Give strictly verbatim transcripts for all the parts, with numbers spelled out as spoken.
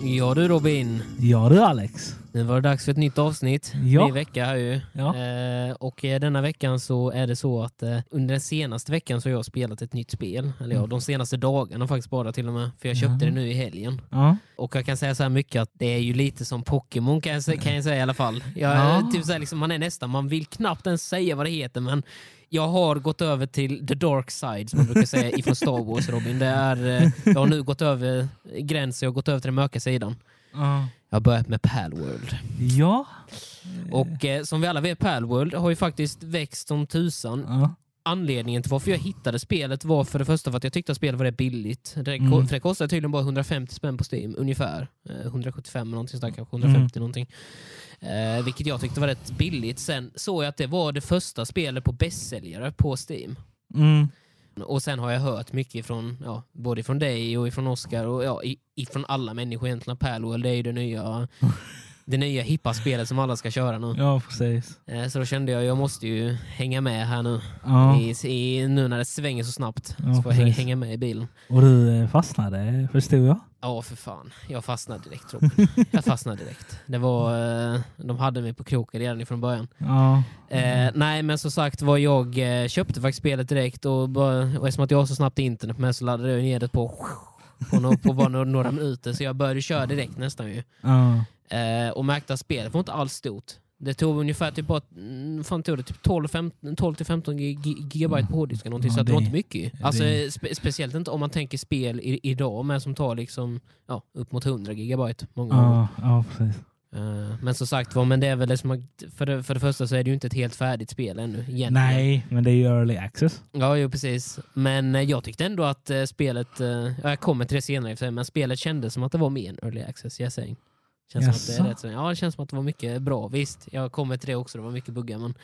Ja du Robin. Ja du Alex. Nu var det dags för ett nytt avsnitt. Ja. Ny vecka här ju. Ja. Eh, och eh, denna veckan så är det så att eh, under den senaste veckan så har jag spelat ett nytt spel. Eller ja, Mm. de senaste dagarna faktiskt bara till och med. För jag köpte Ja. det nu i helgen. Ja. Och jag kan säga så här mycket att det är ju lite som Pokémon kan jag, sä- kan jag säga i alla fall. Jag, Ja. typ så här, liksom, man är nästan, man vill knappt ens säga vad det heter, men jag har gått över till the dark side som man brukar säga ifrån Star Wars, Robin. Det är, eh, jag har nu gått över gränsen, jag har gått över till den mörka sidan. Ja. Jag har börjat med Palworld. Ja. Och eh, som vi alla vet, Palworld har ju faktiskt växt som tusan. Ja. Anledningen till varför jag hittade spelet var för det första för att jag tyckte att spelet var rätt billigt. Det, Mm. För det kostade tydligen bara hundrafemtio spänn på Steam, ungefär. Eh, hundrasjuttiofem någonting sådär, kanske hundrafemtio Mm. någonting. Eh, vilket jag tyckte var rätt billigt. Sen såg jag att det var det första spelet på bästsäljare på Steam. Mm. Och sen har jag hört mycket ifrån, ja, både från dig och ifrån Oscar och ja, i- ifrån alla människor egentligen. Palworld, det är ju det nya, det nya hippa spelet som alla ska köra nu. Ja, precis. Eh, Så då kände jag, jag måste ju hänga med här nu. Ja. I, i, nu när det svänger så snabbt. Ja, så får jag hänga, precis. hänga med i bilen. Och du eh, fastnade, förstod jag? Ja, för fan. Jag fastnade direkt, Robin. Jag fastnade direkt. Det var, eh, de hade mig på kroken redan ifrån början. Ja. Eh, nej, men som sagt var jag eh, köpte faktiskt spelet direkt och, bara, och eftersom att jag har så snabbt internet med så laddade jag ner det på, på, no, på bara några, några minuter. Så jag började köra direkt nästan ju. Ja. Eh, och märkte att spelet var inte alls stort. Det tog ungefär typ bara, mm, fan tog det typ tolv till femton gigabyte på hårddisken någonting, Ja, så att det var det- inte mycket. det- Alltså spe, speciellt inte om man tänker spel i, idag med som tar liksom ja, upp mot hundra gigabyte många gånger. Ja, ja, precis. Eh, men som sagt var, men det är väl det som att, för det, för det första så är det ju inte ett helt färdigt spel ännu egentligen. Nej, men det är ju early access. Ja, jo, precis. Men eh, jag tyckte ändå att eh, spelet, eh, ja, jag kommer till det senare i och för sig, men spelet kändes som att det var mer en early access, jag säger. Känns som att det är Jaså? rätt så, ja, det känns som att det var mycket bra. Visst, jag kommer till det också, det var mycket buggar. Men,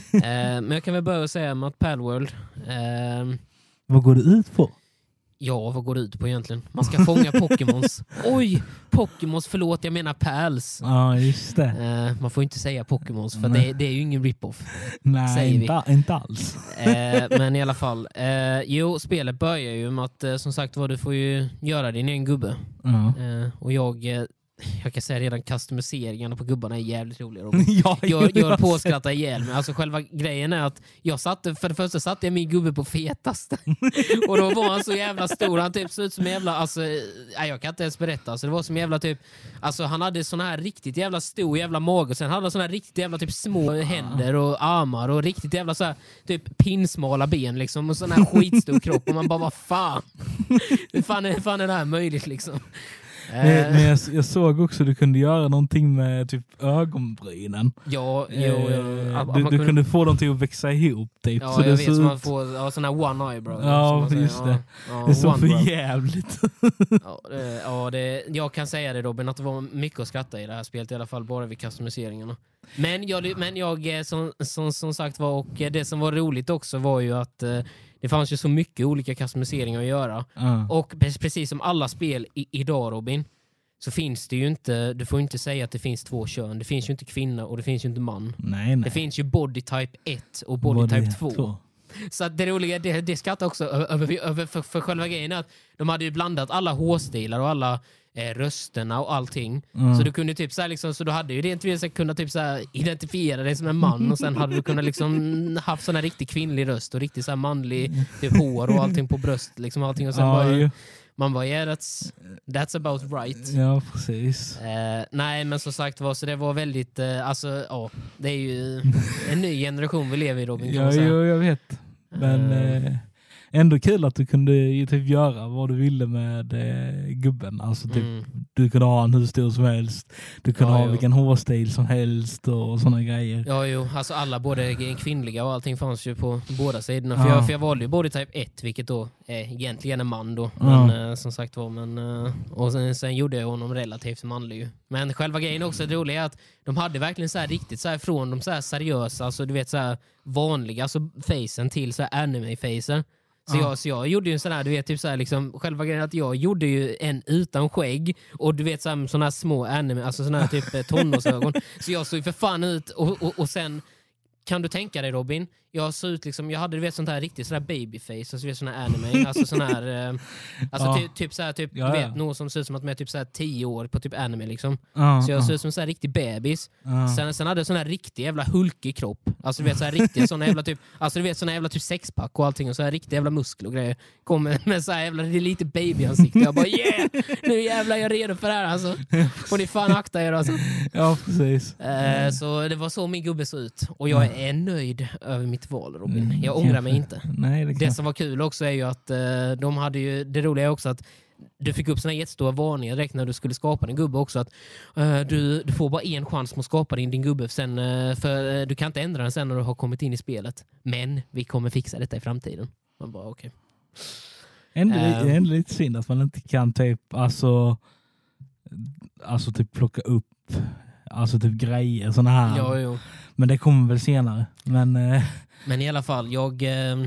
eh, men jag kan väl börja säga med att Palworld, eh, Vad går det ut på? ja, vad går det ut på egentligen? Man ska fånga Pokémons. Oj, Pokémons, förlåt, jag menar Pals. Ja, just det. Eh, man får inte säga Pokémons, för Nej. det, det är ju ingen rip-off. Nej, säger vi. inte, inte alls. Eh, men i alla fall, eh, jo, spelet börjar ju med att, eh, som sagt var, du får ju göra din egen gubbe. Ja. Eh, och jag... Eh, Jag kan säga redan customiseringarna på gubbarna är jävligt roliga. Robin. Ja, Jag, jag höll på att skratta ihjäl mig. Alltså själva grejen är att jag satte, för det första satte jag min gubbe på fetaste. Och då var han så jävla stor. Han typ såg ut som en jävla, alltså, nej, jag kan inte ens berätta. Alltså, det var som jävla typ, alltså han hade sån här riktigt jävla stor jävla mage. Och sen hade han sån här riktigt jävla typ små händer och armar och riktigt jävla så här, typ pinsmala ben liksom. Och sån här skitstor kropp. Och man bara, vad fan? Hur fan är, hur fan är det här möjligt liksom? Men, men jag, jag såg också att du kunde göra någonting med typ ögonbrynen. Ja, jo, jo. Eh, Att- att du, man du kunde- kunde få dem till att växa ihop typ. Ja, så jag det vet, såg så man ut- får ja, sån här one eyebrow. Ja, som man säger. just det. Ja, ja, det såg one för brow. jävligt. Ja, det, ja det, jag kan säga det, Robin, att det var mycket att skratta i det här spelet, i alla fall bara vid customiseringarna. Men jag, men jag som, som, som sagt var, och det som var roligt också var ju att eh, det fanns ju så mycket olika customiseringar att göra. Ja. Och pre- precis som alla spel i, idag, Robin, så finns det ju inte, du får inte säga att det finns två kön. Det finns ju inte kvinna och det finns ju inte man. Nej, nej. Det finns ju body type ett och body, Body type två. två. Så att det roliga, det, det skrattar också över, över för, för själva grejen är att de hade ju blandat alla hårstilar och alla eh, rösterna och allting. Mm. Så du kunde typ så här, liksom, så du hade ju rent så kunnat typ så här identifiera dig som en man och sen hade du kunnat liksom haft sån här riktigt kvinnlig röst och riktigt så här manlig typ hår och allting på bröst liksom allting och sen Ja, bara, ju. man bara yeah, that's, that's about right. Ja, precis. Eh, nej, men som sagt var, så det var väldigt, eh, alltså ja, det är ju en ny generation vi lever i, Robin, kan Ja, man säga. jo, jag vet. Men Eh. eh, ändå kul att du kunde ju typ göra vad du ville med eh, gubben. Alltså typ, Mm. du kunde ha en hur stor som helst. Du kunde Ja, ha jo. vilken hårstil som helst och sådana grejer. Ja, jo, alltså alla, både kvinnliga och allting fanns ju på båda sidorna. För, Ja. jag, för jag valde ju body type ett, vilket då är egentligen en man då. Ja. Men eh, som sagt var, men, eh, och sen, sen gjorde jag honom relativt manlig ju. Men själva grejen också, det roliga är att de hade verkligen så här riktigt så här från de så här seriösa, alltså du vet så här vanliga, alltså facen till så här anime-facer. Så, Ja. jag, så jag gjorde ju en sån här, du vet, typ så här liksom, själva grejen att jag gjorde ju en utan skägg och du vet sådana så här små anime, alltså såna här typ eh, tonårsögon. Så jag såg för fan ut och, och, och sen kan du tänka dig, Robin? Jag såg ut liksom, jag hade du vet sånt här riktigt sådär babyface, alltså du vet sån här anime, alltså sån här, eh, alltså Ja. ty, typ så här, typ Ja, du ja. vet något som ser ut som att man är typ så här tio år på typ anime liksom. Ja, Så jag ja, såg ut som en sån här riktig bebis. ja. Sen, sen hade jag sån här riktig jävla hulkig kropp. Alltså du vet så här riktig sån jävla typ, alltså du vet sån här jävla typ sexpack och allting och så här riktig jävla muskler och grejer. Kommer med så här jävla, det är lite babyansikte. Jag bara yeah, nu jävlar är jag redo för det här alltså. Får ni fan akta er alltså. Ja, precis. Eh, så det var så min gubbe såg ut. Och jag är nöjd över mitt val, Robin. Jag ångrar mig inte. Nej, det, Det som var kul också är ju att eh, de hade ju, det roliga är också att du fick upp såna jättestora varningar direkt när du skulle skapa din gubbe också. Att eh, du, du får bara en chans med att skapa din, din gubbe sen, eh, för eh, du kan inte ändra den sen när du har kommit in i spelet. Men vi kommer fixa detta i framtiden. Man bara okej. Ändå, Um, det är ändå lite synd att man inte kan typ, alltså, alltså typ plocka upp alltså typ grejer, såna här. Ja, jo. Men det kommer väl senare. Men, eh, Men i alla fall, jag... Eh,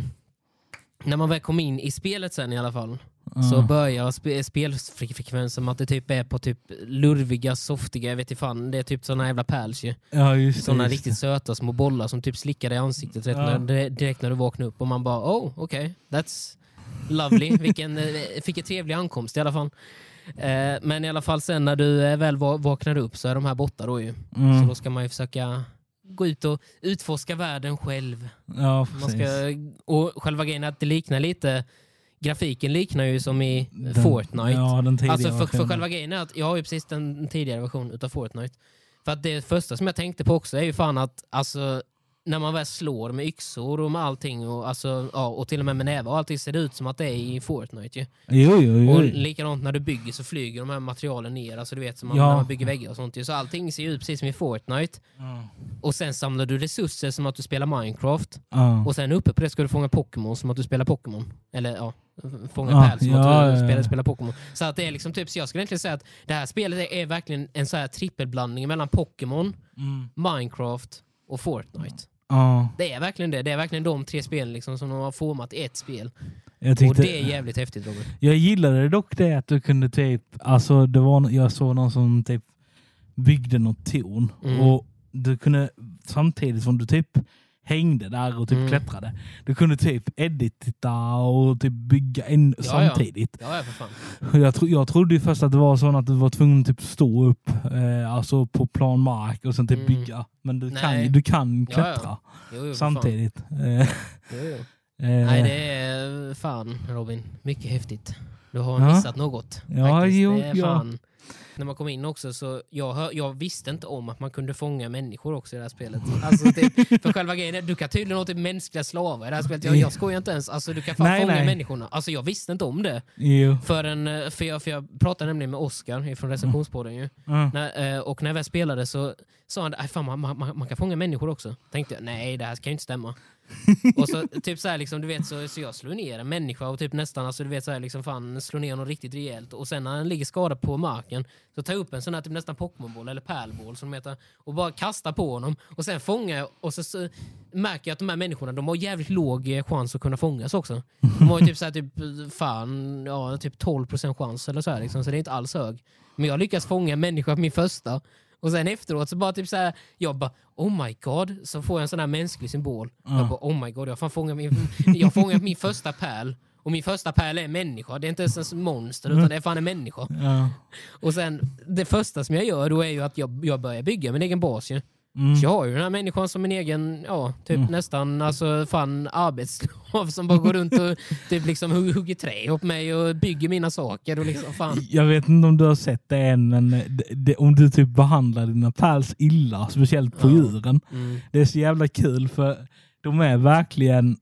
när man väl kom in i spelet sen i alla fall, ja. så börjar sp- spelfrekvensen att det typ är på typ lurviga, softiga, jag vet inte fan, det är typ såna jävla pärls ju. Ja, just det, Såna just riktigt söta små bollar som typ slickar dig i ansiktet rätt Ja. när, direkt när du vaknar upp och man bara, oh, okej, okay, that's lovely. Vilken, eh, fick en trevlig ankomst i alla fall. Eh, men i alla fall sen när du eh, väl va- vaknar upp så är de här borta då ju. Mm. Så då ska man ju försöka gå ut och utforska världen själv. Ja, precis. Man ska, och själva grejen är att det liknar lite, grafiken liknar ju som i Den- Fortnite. Ja, den tidigare Alltså för, för versionen. själva grejen är att jag har ju precis den tidigare versionen utav Fortnite. För att det första som jag tänkte på också är ju fan att alltså, när man väl slår med yxor och med allting och, alltså, ja, och till och med med nävar och allting ser det ut som att det är i Fortnite ju. Jo, jo, jo. Och likadant när du bygger så flyger de här materialen ner, alltså du vet som man, Ja. när man bygger väggar och sånt ju. Så allting ser ju ut precis som i Fortnite. Ja. Och sen samlar du resurser som att du spelar Minecraft. Ja. Och sen uppe på det ska du fånga Pokémon som att du spelar Pokémon. Eller ja, fånga Ja, pärl som ja, att ja, du ja. spelar, spelar Pokémon. Så att det är liksom typ, så jag skulle egentligen säga att det här spelet är, är verkligen en så här trippelblandning mellan Pokémon, Mm. Minecraft och Fortnite. Ja. Det är verkligen det. Det är verkligen de tre spelen liksom som de har format i ett spel. Jag tyckte, Och det är jävligt häftigt, Robert. jag gillade dock det att du kunde typ, alltså det var, jag såg någon som typ byggde något torn Mm. och du kunde samtidigt som du typ hängde där och typ Mm. klättrade, du kunde typ edita och typ bygga en Ja, samtidigt. Ja, ja, för fan. Och Jag, tro, jag trodde ju först att det var så att du var tvungen att typ stå upp eh, alltså på plan mark och sen typ Mm. bygga. Men du kan, Nej. du kan Ja, ja. klättra Jo, jo, för samtidigt. Eh, Fan. Jo, jo. eh, Nej, det är fan, Robin. Mycket häftigt. Du har Ja. missat något. Ja, faktiskt. jo, det är ja. fan. När man kom in också så jag, hör, jag visste inte om att man kunde fånga människor också i det här spelet. Alltså, det, för själva grejen är, du kan tydligen ha typ mänskliga slavar i det här spelet. Jag, jag skojar inte ens. Alltså, du kan fan Nej, fånga nej. människorna. Alltså, jag visste inte om det. jo. För, en, för, jag, för jag pratade nämligen med Oscar från recensionspodden ju. Ja. När, eh, och när jag väl spelade så sa han att man, man, man kan fånga människor också. Tänkte jag, nej det här kan ju inte stämma. Och så typ så här liksom, du vet så, så jag slår ner en människa och typ nästan alltså du vet så här liksom fan slår ner honom riktigt rejält och sen när han ligger skadad på marken så tar jag upp en sån här typ nästan Pokémon-boll eller pärlboll som de heter och bara kastar på honom och sen fångar jag och så, så märker jag att de här människorna de har jävligt låg eh, chans att kunna fångas också. De har ju typ så här typ fan ja typ tolv procent chans eller så här liksom, så det är inte alls hög. Men jag lyckas fånga en människa på min första. Och sen efteråt så bara typ så här, jag bara, oh my god, så får jag en sån här mänsklig symbol. Ja. Jag bara, oh my god, jag fan fångar min, jag fångar min första pärl. Och min första pärl är en människa. Det är inte ens en monster, utan det är fan en människa. Ja. Och sen, det första som jag gör då är ju att jag, jag börjar bygga min egen bas ju. Mm. Så jag har ju den här människan som min egen, ja, typ Mm. nästan, alltså fan arbetsslav som bara går runt och typ liksom hugger, hugger trä åt mig och bygger mina saker och liksom fan. Jag vet inte om du har sett det än, men det, det, om du typ behandlar dina pärls illa, speciellt på Ja. djuren, Mm. det är så jävla kul för de är verkligen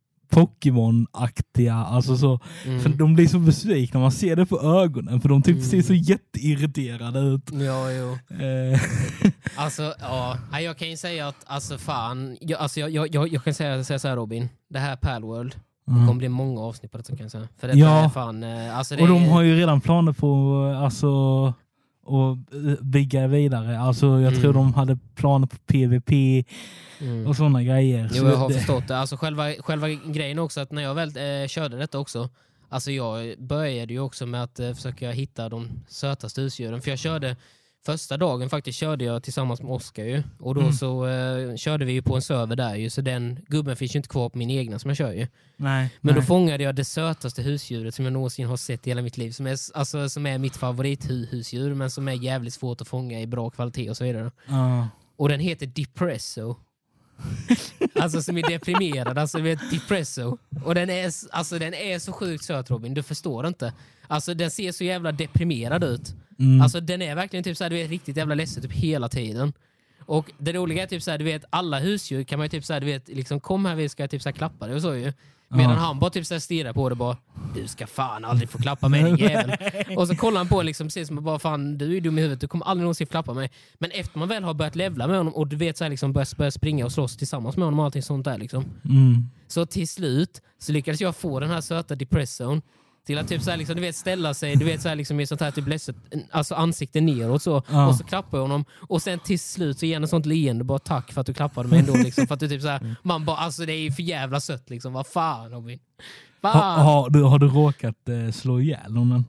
Pokémon-aktiga, alltså så, Mm. för de blir så besvikna när man ser det på ögonen, för de typ Mm. ser så jätteirriterade ut. Ja, jo. Eh, Alltså, ja, nej, jag kan ju säga att, alltså fan, jag, alltså, jag, jag, jag, jag kan säga, säga så här Robin, det här Palworld, det mm. kommer bli många avsnitt på det kan jag säga. För det Ja. är fan, eh, alltså det Och de är, har ju redan planer på alltså och bygga vidare. Alltså jag Mm. tror de hade planer på P V P mm. och sådana grejer. Jo, Så jag har det, förstått det. Alltså själva, själva grejen också att när jag väl eh, körde detta också, alltså jag började ju också med att eh, försöka hitta de sötaste husdjuren. För jag körde, första dagen faktiskt körde jag tillsammans med Oskar ju. Och då mm. så uh, körde vi ju på en server där ju. Så den gubben finns ju inte kvar på min egna som jag kör ju. Nej, Men nej. då fångade jag det sötaste husdjuret som jag någonsin har sett i hela mitt liv. Som är, alltså, som är mitt favorithusdjur, men som är jävligt svårt att fånga i bra kvalitet och så vidare. Uh. Och den heter Depresso. Alltså som är deprimerad, alltså vet Depresso. Och den är, alltså, den är så sjukt söt, Robin, du förstår inte. Alltså den ser så jävla deprimerad ut. Mm. Alltså den är verkligen typ så här, du vet, riktigt jävla ledsen typ hela tiden. Och det roliga är typ så här, du vet, alla husdjur kan man ju typ så här, du vet, liksom kom här, vi ska typ så här klappa det och så ju. Medan ja. han bara typ så här stirrar på det bara, du ska fan aldrig få klappa mig, din jävel. Och så kollar han på liksom, precis som bara, fan, du är dum i huvudet, du kommer aldrig någonsin klappa mig. Men efter man väl har börjat levla med honom och du vet så här, liksom börjat börja springa och slåss tillsammans med honom och allting sånt där liksom. Mm. Så till slut så lyckades jag få den här söta Depression till att typ så här, liksom, du vet, ställa sig, du vet så här, liksom, i sånt här typ ledset, alltså ansikte neråt så, ja. och så klappar jag honom och sen till slut så ger han ett sånt leende, bara tack för att du klappade mig ändå liksom, för att du typ så här, man bara, alltså det är ju för jävla sött liksom, vad fan Robin, fan. Ha, ha, du, har du råkat eh, slå ihjäl honom?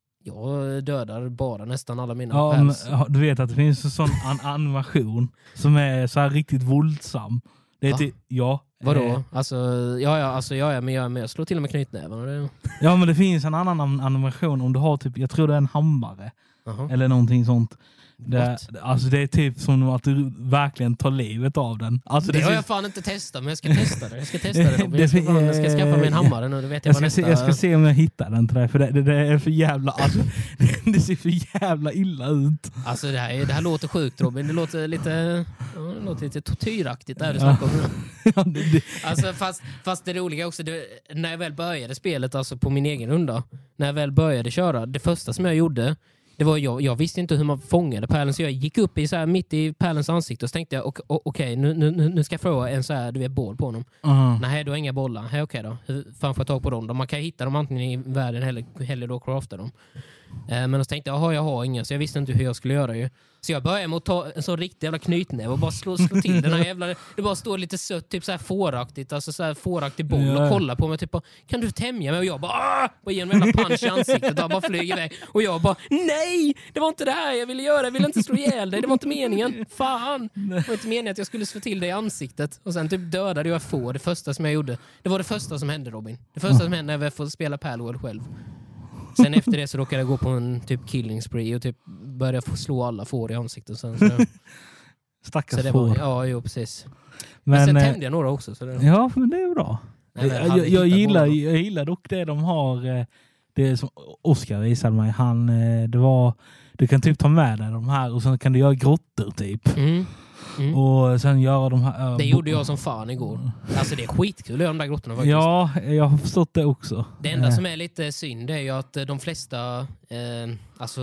Jag dödar bara nästan alla mina ja, men, du vet att det finns en sån an- animation som är så här riktigt våldsam. Det är till, ja. Vadå? Eh, alltså, ja, ja, alltså, ja, ja, men jag, men jag slår till och med knytnäven. Det... Ja, men det finns en annan animation om du har typ, jag tror det är en hammare. Uh-huh. Eller någonting sånt. Det, alltså det är typ som att du verkligen tar livet av den. Alltså det, det har syns... jag fan inte testat, men jag ska testa det. Jag ska testa det. det jag, ska fan, jag ska skaffa mig en hammare nu. Det vet jag, jag, ska nästa... se, jag ska se om jag hittar den till dig. För det, det, det är för jävla... Alltså, det, det ser för jävla illa ut. Alltså det här, det här låter sjukt, Robin. Det låter lite, ja, det låter lite tortyraktigt där du snackar om nu. Ja, det, det... Alltså, fast, fast det roliga också, det, när jag väl började spelet, alltså på min egen runda, när jag väl började köra, det första som jag gjorde, det var jag, jag visste inte hur man fångade pärlen, så jag gick upp i så här, mitt i pärlens ansikte och så tänkte jag, okej, okay, nu, nu, nu ska jag få en så här, du vet, boll på honom. Uh-huh. Nej, du har inga bollar. Okej okay då. Hur fan får jag tag på dem? Man kan hitta dem antingen i världen eller, eller då crafta dem. Eh, men då tänkte jag, aha, jag har inga, så jag visste inte hur jag skulle göra ju. Så jag började med att ta en sån riktig jävla knytnäve och bara slå, slå till den här jävla... Det bara står lite sött, typ så här fåraktigt, alltså så här fåraktig boll ja. och kolla på mig typ, kan du tämja mig? Och jag bara, Aah! Och ge en jävla punch i ansiktet och bara flyger iväg. Och jag bara, nej! Det var inte det här jag ville göra, jag ville inte slå ihjäl dig, det var inte meningen. Fan! Det var inte meningen att jag skulle slå till dig i ansiktet. Och sen typ dödade jag få, det första som jag gjorde. Det var det första som hände, Robin. Det första som hände när jag får spela Palworld själv. Sen efter det så råkade jag gå på en typ killing spree och typ började få slå alla får i ansiktet. Sen, så, stackars så det får. Var, ja, jo, precis. Men, men sen tände jag några också. Så det... Ja, men det är bra. Nej, jag, jag, jag, gillar, jag gillar dock det de har. Det som Oskar visade mig. Han, det var, du kan typ ta med dig de här och sen kan du göra grottor typ. Mm. Mm. Och sen göra de här... Äh, det gjorde jag som fan igår. Alltså det är skitkul att göra de där grottorna faktiskt. Ja, jag har förstått det också. Det enda äh. som är lite synd är ju att de flesta, eh, alltså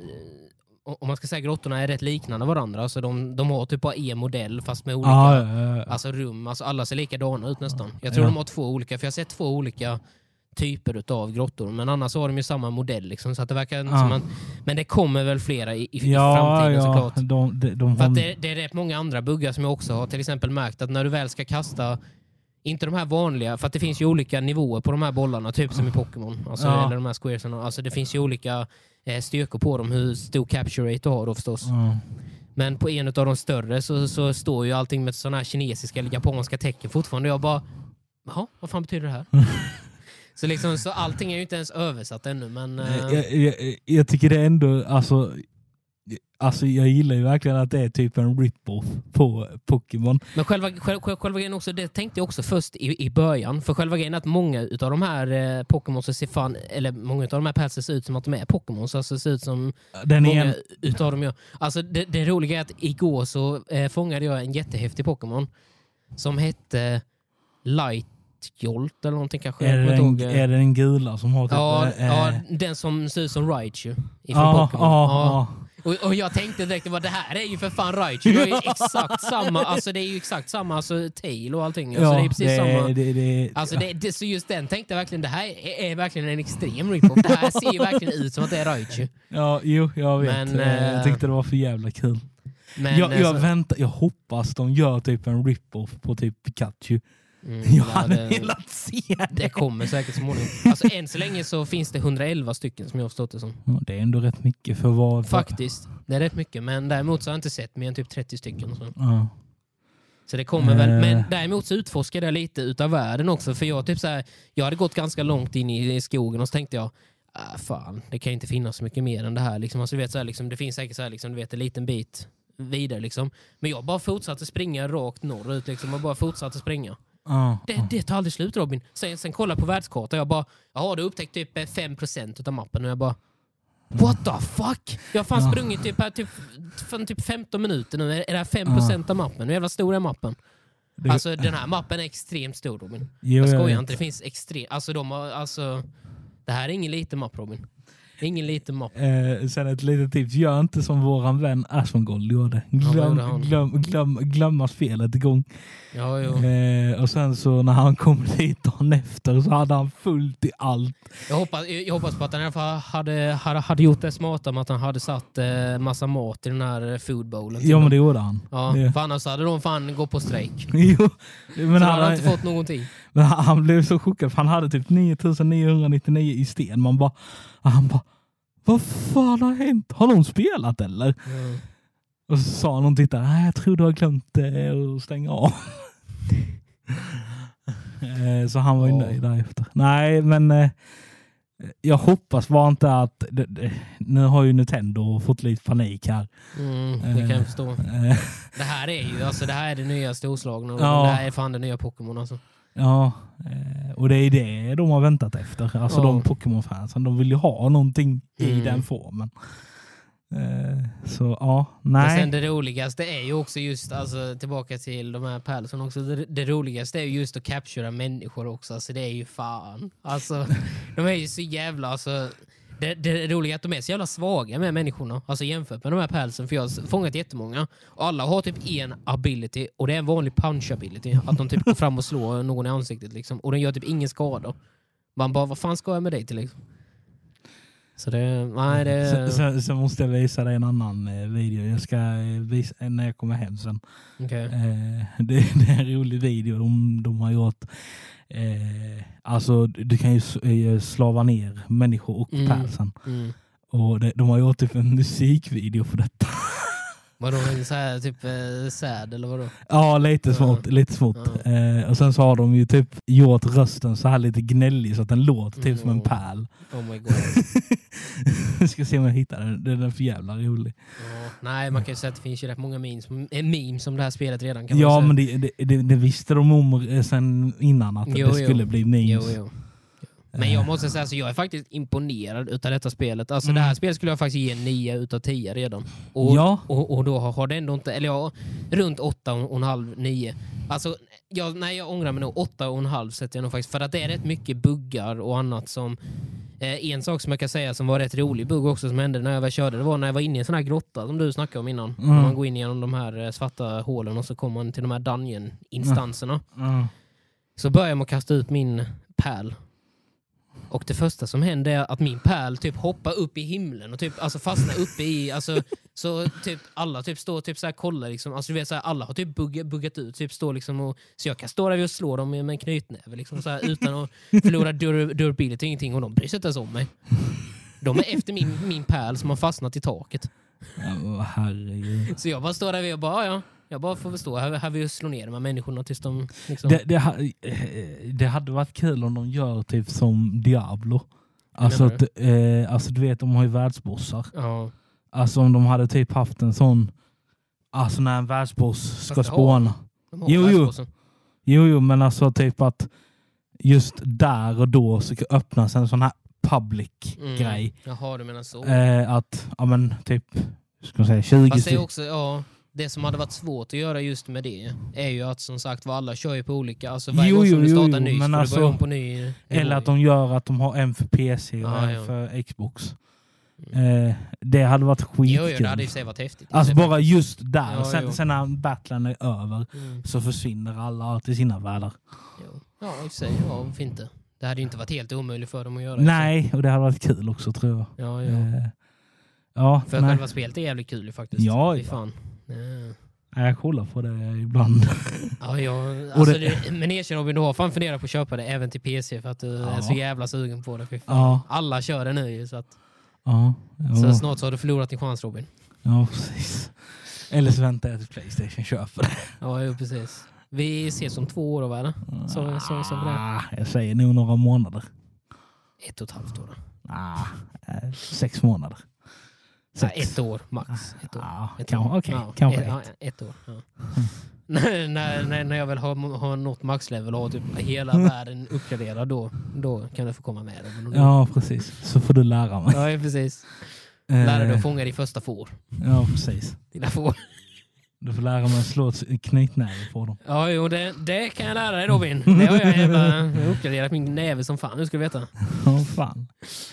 eh, om man ska säga grottorna är rätt liknande varandra. Alltså de, de har typ bara en modell fast med olika ah, ja, ja, ja. Alltså rum. Alltså alla ser likadana ut nästan. Jag tror ja. de har två olika, för jag har sett två olika typer av grottor, men annars har de ju samma modell liksom, så att det verkar ah. som man, men det kommer väl flera i, i ja, framtiden ja. såklart. De, de, de för har... att det, det är rätt många andra buggar som jag också har till exempel märkt att när du väl ska kasta, inte de här vanliga, för att det finns ju olika nivåer på de här bollarna, typ som i Pokémon, alltså, ja. eller de här squaresarna, alltså det finns ju olika eh, styrkor på dem, hur stor capture rate du har då förstås. Mm. Men på en av de större så, så står ju allting med sådana här kinesiska eller japanska tecken fortfarande. Jag bara, jaha, vad fan betyder det här? Så, liksom, så allting är ju inte ens översatt ännu. Men, uh... jag, jag, jag tycker det är ändå, alltså, alltså jag gillar ju verkligen att det är typ en rip-off på Pokémon. Men själva, själva, själva grejen också, det tänkte jag också först i, i början. För själva grejen är att många utav de här eh, Pokémon ser fan, eller många utav de här pälsen ser ut som att de är Pokémon. Så alltså, ser ut som Den många en... utav dem gör. Alltså det, det roliga är att igår så eh, fångade jag en jättehäftig Pokémon som hette Light Jolt eller någonting kanske. Är det, en, är det en gula som har typ, ja, äh, ja, den som ser ut som Raichu ifrån ah, Pokémon. Ah, ja. ah. Och, och jag tänkte direkt att det här är ju för fan Raichu. Det är ju exakt samma, alltså det är ju exakt samma alltså tail och allting. Alltså ja, det är precis det, samma. Det, det, alltså det, det, så just den tänkte jag verkligen, det här är, är verkligen en extrem rip-off. Det här ser ju verkligen ut som att det är Raichu. Ja, jo, jag vet. Men, jag äh, tyckte det var för jävla kul. Men, jag, jag, alltså, väntar, jag hoppas de gör typ en rip-off på typ Pikachu. Mm, jag hade det, velat se det. Det kommer säkert småningom. Alltså än så länge så finns det hundraelva stycken som jag har förstått det som. Ja, det är ändå rätt mycket för vad... Faktiskt. Det är rätt mycket. Men däremot så har jag inte sett mer än typ trettio stycken. Och så. Ja. Så det kommer väl. Men däremot så utforskade jag lite utav världen också. För jag typ så här, jag hade gått ganska långt in i, i skogen och så tänkte jag, ah, fan, det kan inte finnas så mycket mer än det här. Liksom. Alltså, du vet, så här, liksom, det finns säkert så här, liksom, du vet, en liten bit vidare. Liksom. Men jag bara fortsatte springa rakt norrut liksom, och bara fortsatte springa. Uh, det, uh. det tar aldrig slut, Robin. Sen, sen kolla på världskartan. Jag bara, jaha, du upptäckt typ fem procent av mappen. Och jag bara, what the fuck? Jag har fan uh. sprungit typ, här, typ, för typ femton minuter nu. Är det här fem procent uh. av mappen? Hur jävla stor är mappen? Det... Alltså den här mappen är extremt stor, Robin. Jo, jag skojar jag inte, det finns extremt. Alltså de har, alltså det här är ingen liten mapp, Robin. Ingen liten mapp. Eh, sen ett litet tips. Gör inte som våran vän Asmongold gjorde. Glöm, ja, glöm, glöm, glömma spelet igång. Ja, jo. Eh, och sen så när han kom dit dagen efter så hade han fullt i allt. Jag hoppas, jag hoppas på att han i alla fall hade, hade, hade gjort det smarta med att han hade satt eh, massa mat i den här foodbowlen. Ja, men det gjorde han. Ja, det. För annars hade de fan gått på strejk. Jo, men så han hade inte fått någonting. Men han, han blev så chockad för han hade typ nio tusen niohundranittionio i sten. Man bara, han bara, vad fan har hänt? Har de spelat eller? Mm. Och så sa någon tittare, nej jag tror du har glömt det att stänga av. Så han var ju oh. nöjd därefter. Nej, men eh, jag hoppas bara inte att det, det, nu har ju Nintendo fått lite panik här. Mm, det kan jag förstå. Eh, det här är ju, alltså det här är det nya storslagna och ja. Det här är fan det nya Pokémon alltså. Ja, och det är det de har väntat efter. Alltså ja. De Pokémon-fansen, de vill ju ha någonting i mm. den formen. Så ja, nej. Men sen det roligaste är ju också just, alltså tillbaka till de här pärlsen också, det, det roligaste är ju just att captura människor också. Alltså det är ju fan. Alltså, de är ju så jävla, alltså... Det, det är roligt att de är så jävla svaga med människorna. Alltså jämfört med de här pälsen. För jag har fångat jättemånga. Och alla har typ en ability. Och det är en vanlig punch ability. Att de typ går fram och slår någon i ansiktet. Liksom. Och den gör typ ingen skada. Man bara, vad fan ska jag med dig till? Liksom? Så det... Nej, det... Så, så, så måste jag visa dig en annan eh, video. Jag ska visa när jag kommer hem sen. Okay. Eh, det, det är en rolig video de, de har gjort. Eh, alltså du kan ju slava ner människor och mm. pälsen. Mm. Och det, de har gjort typ en musikvideo för detta. Vadå, en så här typ eh, sad eller vadå? Ja, lite smått, ja. lite smått. Ja. Eh, och sen så har de ju typ gjort rösten så här lite gnällig så att den låter typ mm. som en pärl. Oh my god. Jag ska se om jag hittar den. Den är för jävla rolig. Ja. Nej, man kan ju säga att det finns ju rätt många memes, memes som det här spelet redan kan ja, man men det, det, det, det visste de om sen innan att jo, det skulle jo. bli memes. Jo, jo. Men jag måste säga så jag är faktiskt imponerad utav detta spelet. Alltså mm. det här spelet skulle jag faktiskt ge nio utav tio redan. Och, ja. och, och då har det ändå inte, eller ja, runt åtta och en halv, nio. Alltså, jag, nej jag ångrar mig nog, åtta och en halv sätter jag nog faktiskt. För att det är rätt mycket buggar och annat som, eh, en sak som jag kan säga som var rätt rolig bugg också som hände när jag väl körde, det var när jag var inne i en sån här grotta som du snackade om innan. Mm. När man går in genom de här svarta hålen och så kommer man till de här dungeon-instanserna. Mm. Mm. Så börjar man kasta ut min pärl. Och det första som händer är att min pärl typ hoppar upp i himlen och typ alltså fastnar uppe i, alltså så typ alla typ står typ så här kollar liksom, alltså du vet så här, alla har typ bugg, buggat ut, typ står liksom och så jag kan stå där och slå dem med en knytnäve liksom så här utan att förlora dur, durability ingenting och de bryr sig inte ens om mig. De är efter min, min pärl som har fastnat i taket. Ja, herregud. Så jag bara står där och bara, ja, jag bara får förstå, här, här vill jag slå ner de här människorna tills de... Liksom... Det, det, det hade varit kul om de gör typ som Diablo. Alltså, att, eh, alltså du vet, de har ju världsbossar. Ja. Alltså om de hade typ haft en sån... Alltså när en världsboss ska spåna. Jo, jo. jo, jo, men alltså typ att just där och då så öppnas en sån här public-grej. Mm. Jaha, du menar så. Eh, att, ja men typ, ska man säga, tjugo... Fast det är också, ja... Det som hade varit svårt att göra just med det är ju att som sagt vad alla kör ju på olika, alltså varje jo, gång som jo, du startar jo, ny så får alltså, du börja om på ny. Eller att de gör att de har en för P C och ah, en ja. för Xbox. Mm. Eh, det hade varit skitkul. Jo, jo, det hade ju sig varit häftigt. Alltså bara just där. Ja, sen, sen när battlen är över mm. så försvinner alla till sina världar. Jo. Ja, i sig, ja, varför inte? Det hade ju inte varit helt omöjligt för dem att göra. Nej, och det hade varit kul också tror jag. Ja, ja. Eh, ja för nej. Själva spelet är jävligt kul faktiskt. Ja, Fy fan. Ja. Jag kollar på det ibland. Ja, jag, alltså det, men erkänn Robin, du har fan funderat på att köpa det även till P C för att du ja. är så jävla sugen på det. För fan. Ja. Alla kör det nu så att ja, så snart så har du förlorat din chans, Robin. Ja, precis. Eller så väntar jag till PlayStation köper det. Ja, jo, precis. Vi ses om två år, va? Så, så, så ah, jag säger nog några månader. Ett och ett halvt år då? Ah, sex månader. Sex. Nej, ett år max. Ett år. Ah, ett kan, år. Okay, ja, kanske ett, ett. ett år. Ja. när, när, när jag väl har, har nått maxlevel och har typ hela världen uppgraderad, då, då kan du få komma med. Då. Ja, precis. Så får du lära mig. Ja, precis. Lära dig att fånga din första får. Ja, precis. Dina får. Du får lära mig att slå ett knytnäve på dem. Ja, jo, det, det kan jag lära dig, Robin. Det har jag jävla uppgraderat min näve som fan, nu ska du veta. Ja, fan.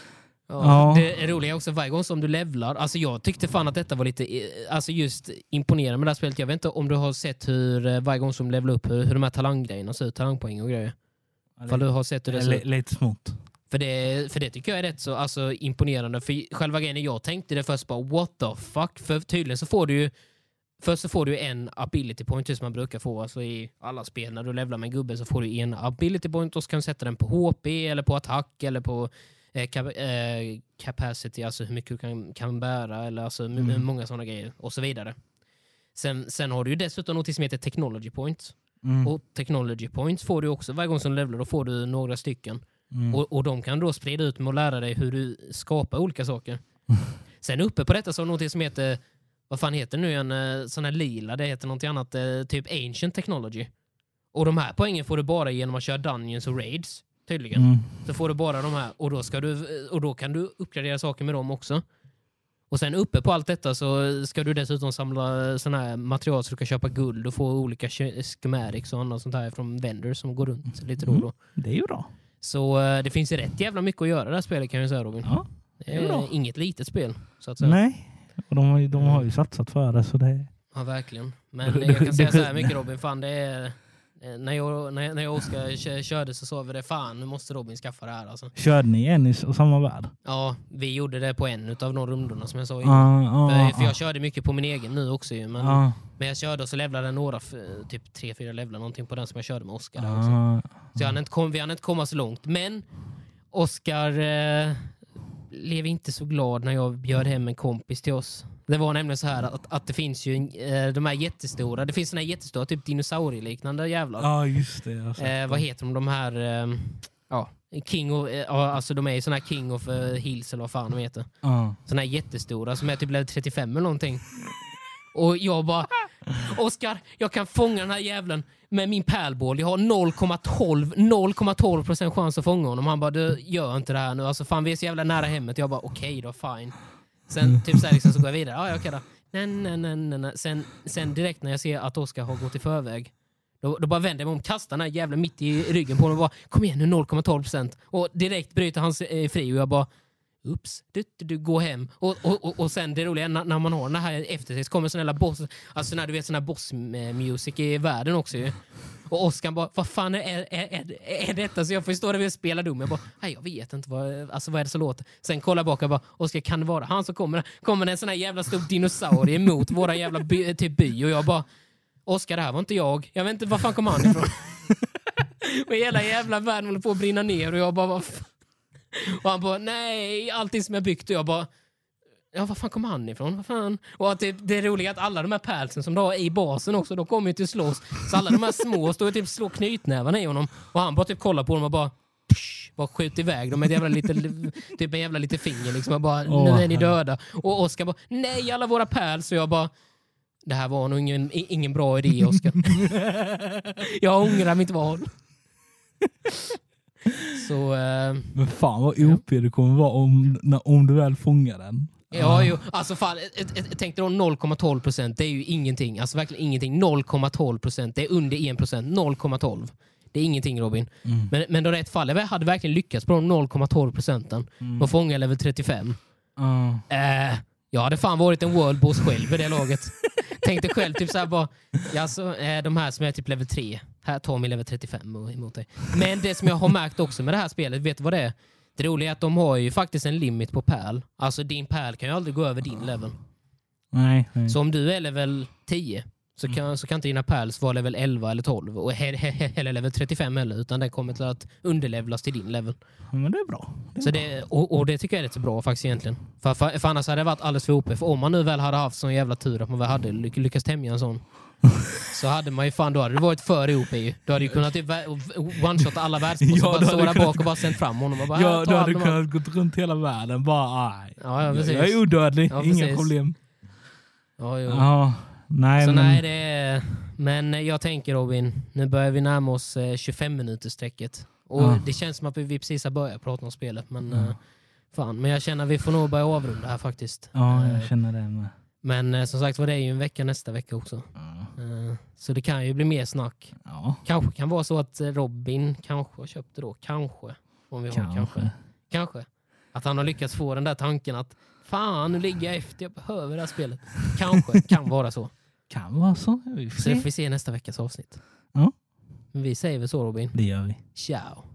Ja, ja. Det är roliga också varje gång som du levlar. Alltså jag tyckte fan att detta var lite alltså just imponerande med det här spelet. Jag vet inte om du har sett hur varje gång som du levlar upp hur, hur de här talanggrejerna ser ut, talangpoäng och grejer. Ja, du har sett hur det ser ut. Lite smått. För det, för det tycker jag är rätt så alltså, imponerande. För själva grejen jag tänkte det först bara, what the fuck? För tydligen så får du ju först så får du en ability point som man brukar få alltså i alla spel. När du levlar med en gubbe så får du en ability point och så kan du sätta den på H P eller på attack eller på eh, cap- eh, capacity, alltså hur mycket du kan, kan bära eller alltså mm. många sådana grejer och så vidare. Sen, sen har du ju dessutom något som heter technology points. Mm. Och technology points får du också varje gång som du levlar, då får du några stycken. Mm. Och, och de kan då sprida ut med att lära dig hur du skapar olika saker. Mm. Sen uppe på detta så har du något som heter, vad fan heter nu en sån här lila, det heter något annat, typ ancient technology. Och de här poängen får du bara genom att köra dungeons och raids, tydligen. Mm. Så får du bara de här, och då, ska du, och då kan du uppgradera saker med dem också. Och sen uppe på allt detta så ska du dessutom samla såna här material så du kan köpa guld och få olika schematics och annat sånt här från vendors som går runt lite då och då. Det är ju bra. Så uh, det finns ju rätt jävla mycket att göra det här spelet, kan jag säga, Robin. Ja, det är, det är inget litet spel, så att säga. Nej, och de har ju, de har ju satsat för det, så det... Ja, verkligen. Men jag kan säga så här mycket, Robin, fan det är... När jag, när jag, när jag och Oskar körde så sa vi det, fan, nu måste Robin skaffa det här. Alltså. Körde ni en i samma värld? Ja, vi gjorde det på en av de rundorna som jag sa innan. Ah, ah, för, för jag körde mycket på min egen nu också ju, men, ah. men jag körde och så levlade några, typ tre, fyra levlar någonting på den som jag körde med Oskar. Ah. Så jag hade inte kom, vi hade inte komma så långt. Men Oskar eh, blev inte så glad när jag bjöd hem en kompis till oss. Det var nämligen så här att, att det finns ju eh, de här jättestora, det finns såna här jättestora typ dinosaurieliknande jävlar. Ja, just det. Eh, vad heter de, de här eh, ja, King of, eh, alltså de är ju såna här King of eh, Hills eller vad fan de heter. Uh. Såna här jättestora som är typ level trettiofem eller någonting. Och jag bara, Oskar, jag kan fånga den här jävlen med min pärlbål. Jag har noll komma tolv procent chans att fånga honom. Han bara, du gör inte det här nu. Alltså fan, vi är så jävla nära hemmet. Jag bara, okej okay, då, fine. Sen typ så här, liksom, så går jag vidare. Ja, okej då. Nej, nej, nej, nej. Sen, sen direkt när jag ser att Oskar har gått i förväg, då, då bara vänder jag mig om, kastar den här jävla mitt i ryggen på honom och bara, kom igen nu, noll komma tolv procent. Och direkt bryter han eh, fri och jag bara, ups, du, du, du går hem. Och, och, och, och sen det roliga när, när man har den här efter sig så kommer sån här boss, alltså när du vet sån här boss music i världen också ju. Och Oskar bara, vad fan är, är, är, är detta? Så jag får stå där och spela dum. Jag bara, nej jag vet inte vad, alltså, vad är det som låter. Sen kollar jag bak och bara, Oskar, kan det vara han som kommer? Kommer en sån här jävla stor dinosaurie emot våra jävla by, typ by. Och jag bara, Oskar, det här var inte jag. Jag vet inte, var fan kom han ifrån? Och hela jävla världen håller på att brinna ner. Och jag bara, vad fan? Och han bara, nej, allting som jag byggt. Och jag bara, ja, vad fan kom han ifrån? Vad fan? Och att det, det är roligt att alla de här pälsen som du har i basen också, de kommer ju till slås. Så alla de här små står och typ slår knytnävarna i honom. Och han bara typ kollar på dem och bara, psh, bara skjuter iväg dem med ett jävla lite, typ en jävla lite finger liksom. Och bara, oh, nu är ni döda. Och Oskar bara, nej, alla våra pärl. Så jag bara, det här var nog ingen, ingen bra idé, Oskar. Jag ångrar mitt val. Så, eh, men fan vad O P det kommer vara om, när, om du väl fångar den. Ja, jo, alltså fan, tänk dig då noll komma tolv procent, det är ju ingenting. Alltså verkligen ingenting. noll komma tolv procent, det är under en procent. noll komma tolv. Det är ingenting, Robin. Mm. Men, men då rätt fall, jag hade verkligen lyckats på de noll komma tolv procenten mm. och fånga level trettiofem. Mm. Eh, jag hade fan varit en world boss själv i det laget. Tänkte själv typ såhär bara, ja, så, eh, de här som är typ level tre, här tar min level trettiofem emot dig. Men det som jag har märkt också med det här spelet, vet du vad det är? Det roliga är att de har ju faktiskt en limit på pärl. Alltså din pärl kan ju aldrig gå över din level. Nej, nej. Så om du är level tio Så kan, mm. så kan inte dina pals vara level elva eller tolv och he, he, he, eller level trettiofem eller, utan den kommer till att underlevlas till din level. Ja, men det är bra. Det är så bra. Det, och, och det tycker jag är rätt så bra faktiskt egentligen. För, för, för annars hade det varit alldeles för O P. För om man nu väl hade haft sån jävla tur att man väl hade ly, lyckats tämja en sån, så hade man ju fan, då hade det varit för O P ju. Då hade ju kunnat typ one-shotta alla världsbossar ja, och bara stå där bak kunnat... och bara sänt fram honom. Och bara, ja, du hade kunnat gått runt hela världen. Bara, aj. Ja, ja, precis. Jag är odödlig, ja, inga problem. Ja, jo. Ja, nej, så men... nej, det är... Men jag tänker Robin, nu börjar vi närma oss tjugofem minuters sträcket. Och ja. Det känns som att vi precis har börjat prata om spelet. Men, ja. fan, men jag känner att vi får nog börja avrunda här faktiskt. Ja, jag känner det med. Men som sagt var, det är ju en vecka nästa vecka också. Ja. Så det kan ju bli mer snack. Ja. Kanske kan vara så att Robin kanske köpte då. Kanske. Om vi har kanske. kanske. Kanske. Att han har lyckats få den där tanken att fan, nu ligger jag efter. Jag behöver det här spelet. Kanske. Kan vara så. Kan vara så. Vi får se. Så det får vi se nästa veckas avsnitt. Ja. Men vi säger väl så, Robin. Det gör vi. Ciao.